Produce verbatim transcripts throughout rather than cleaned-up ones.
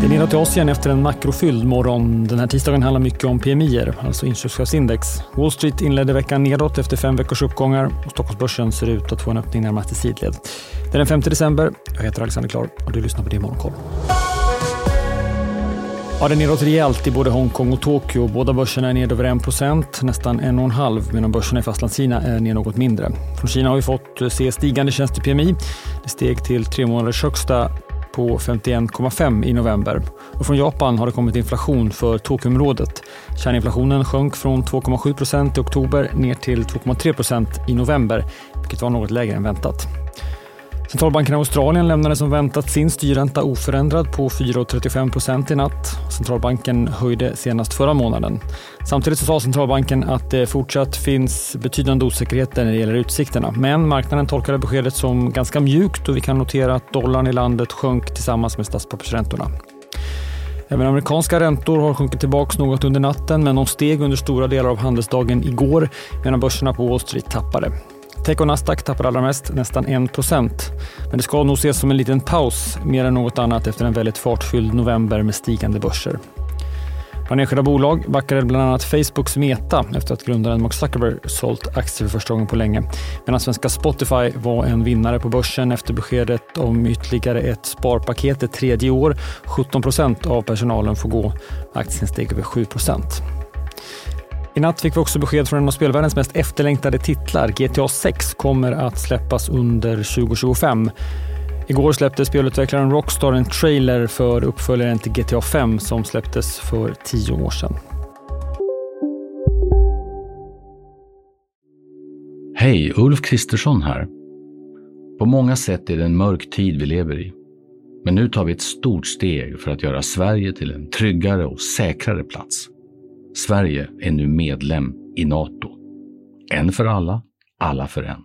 Det är nedåt i Asien efter en makrofylld morgon. Den här tisdagen handlar mycket om P M I-er, alltså inköpschefsindex. Wall Street inledde veckan nedåt efter fem veckors uppgångar och Stockholmsbörsen ser ut att få en öppning närmast i sidled. Det är den femte december. Jag heter Alexander Klar och du lyssnar på det Morgonkoll. Ja, det är nedåt rejält i både Hongkong och Tokyo. Båda börserna är ned över en procent, nästan en och en halv, medan börserna i Fastlandskina är ner något mindre. Från Kina har vi fått se stigande tjänste-P M I. Det steg till tre månaders högsta på femtioen komma fem i november. Och från Japan har det kommit inflation för Tokyo-området. Kärninflationen sjönk från två komma sju procent i oktober ner till två komma tre procent i november, vilket var något lägre än väntat. Centralbanken i Australien lämnade som väntat sin styrränta oförändrad på fyra komma trettiofem procent i natt. Centralbanken höjde senast förra månaden. Samtidigt så sa centralbanken att det fortsatt finns betydande osäkerheter när det gäller utsikterna. Men marknaden tolkade beskedet som ganska mjukt och vi kan notera att dollarn i landet sjönk tillsammans med statspappersräntorna. Även amerikanska räntor har sjunkit tillbaka något under natten, men de steg under stora delar av handelsdagen igår medan börserna på Wall Street tappade. Tech och Nasdaq tappar allra mest, nästan en procent. Men det ska nog ses som en liten paus, mer än något annat efter en väldigt fartfylld november med stigande börser. Bland enskilda bolag backade bland annat Facebooks Meta efter att grundaren Mark Zuckerberg sålt aktier för första gången på länge. Medan svenska Spotify var en vinnare på börsen efter beskedet om ytterligare ett sparpaket ett tredje år. sjutton procent av personalen får gå. Aktien steg över sju procent. I natt fick vi också besked från en av spelvärldens mest efterlängtade titlar. G T A sex kommer att släppas under tjugo tjugofem. Igår släppte spelutvecklaren Rockstar en trailer för uppföljaren till G T A fem som släpptes för tio år sedan. Hej, Ulf Kristersson här. På många sätt är det en mörk tid vi lever i. Men nu tar vi ett stort steg för att göra Sverige till en tryggare och säkrare plats. Sverige är nu medlem i NATO. En för alla, alla för en.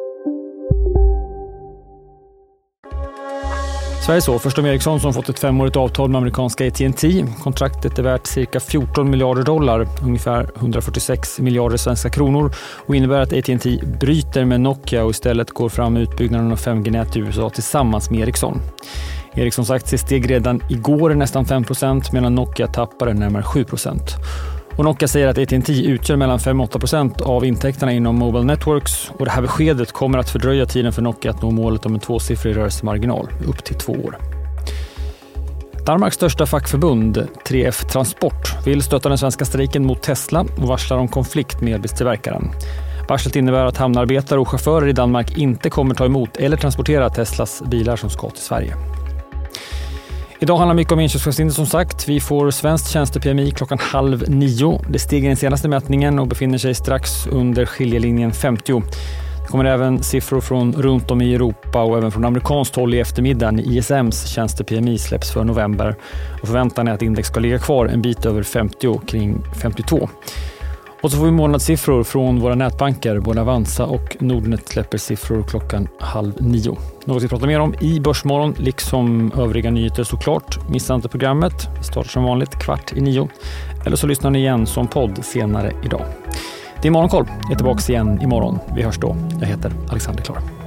Sverige så, först om Ericsson som fått ett femårigt avtal med amerikanska A T and T. Kontraktet är värt cirka fjorton miljarder dollar, ungefär hundrafyrtiosex miljarder svenska kronor och innebär att A T and T bryter med Nokia och istället går fram med utbyggnaden av fem G-nät i U S A tillsammans med Ericsson. Ericssons aktie steg redan igår nästan fem procent medan Nokia tappade närmare sju procent. Och Nokia säger att A T and T utgör mellan fem och åtta procent av intäkterna inom Mobile Networks och det här beskedet kommer att fördröja tiden för Nokia att nå målet om en tvåsiffrig rörelsemarginal upp till två år. Danmarks största fackförbund, tre F Transport, vill stötta den svenska strejken mot Tesla och varslar om konflikt med elbilstillverkaren. Varslet innebär att hamnarbetare och chaufförer i Danmark inte kommer ta emot eller transportera Teslas bilar som ska till Sverige. Idag handlar mycket om inköpschefsindex som sagt. Vi får svenskt tjänste-P M I klockan halv nio. Det steg i den senaste mätningen och befinner sig strax under skiljelinjen femtio. Det kommer även siffror från runt om i Europa och även från amerikanskt håll i eftermiddagen. I S M:s tjänste-P M I släpps för november och förväntan är att index ska ligga kvar en bit över femtio, kring femtiotvå. Och så får vi månadssiffror från våra nätbanker. Både Avanza och Nordnet släpper siffror klockan halv nio. Något vi pratar mer om i Börsmorgon, liksom övriga nyheter såklart. Missa inte programmet. Vi startar som vanligt kvart i nio. Eller så lyssnar ni igen som podd senare idag. Det är Morgonkoll. Jag är tillbaka igen imorgon. Vi hörs då. Jag heter Alexander Klar.